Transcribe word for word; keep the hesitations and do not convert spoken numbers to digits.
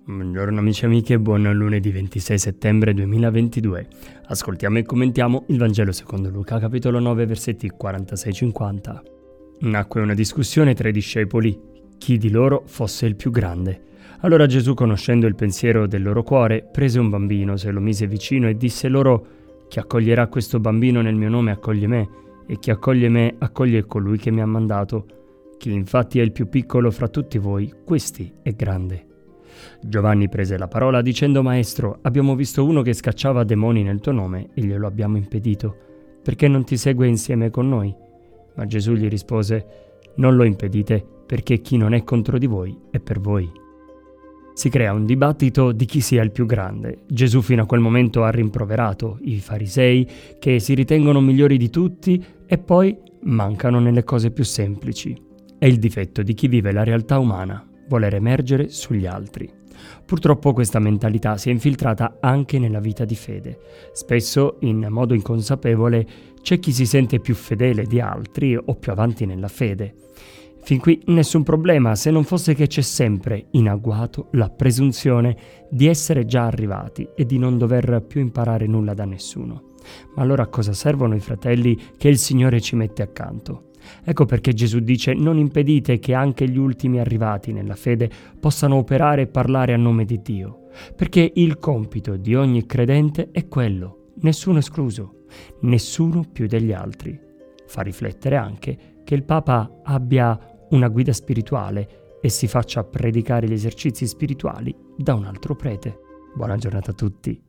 Buongiorno amici e amiche, buon lunedì ventisei settembre duemilaventidue. Ascoltiamo e commentiamo il Vangelo secondo Luca, capitolo nove, versetti quarantasei cinquanta. Nacque una discussione tra i discepoli, chi di loro fosse il più grande. Allora Gesù, conoscendo il pensiero del loro cuore, prese un bambino, se lo mise vicino e disse loro: chi accoglierà questo bambino nel mio nome accoglie me, e chi accoglie me accoglie colui che mi ha mandato. Chi infatti è il più piccolo fra tutti voi, questi è grande. Giovanni prese la parola dicendo: Maestro, abbiamo visto uno che scacciava demoni nel tuo nome e glielo abbiamo impedito. Perché non ti segue insieme con noi? Ma Gesù gli rispose: non lo impedite, perché chi non è contro di voi è per voi. Si crea un dibattito di chi sia il più grande. Gesù fino a quel momento ha rimproverato i farisei che si ritengono migliori di tutti e poi mancano nelle cose più semplici. È il difetto di chi vive la realtà umana, voler emergere sugli altri. Purtroppo questa mentalità si è infiltrata anche nella vita di fede. Spesso, in modo inconsapevole, c'è chi si sente più fedele di altri o più avanti nella fede. Fin qui nessun problema, se non fosse che c'è sempre in agguato la presunzione di essere già arrivati e di non dover più imparare nulla da nessuno. Ma allora a cosa servono i fratelli che il Signore ci mette accanto? Ecco perché Gesù dice: non impedite che anche gli ultimi arrivati nella fede possano operare e parlare a nome di Dio, perché il compito di ogni credente è quello, nessuno escluso, nessuno più degli altri. Fa riflettere anche che il Papa abbia una guida spirituale e si faccia predicare gli esercizi spirituali da un altro prete. Buona giornata a tutti.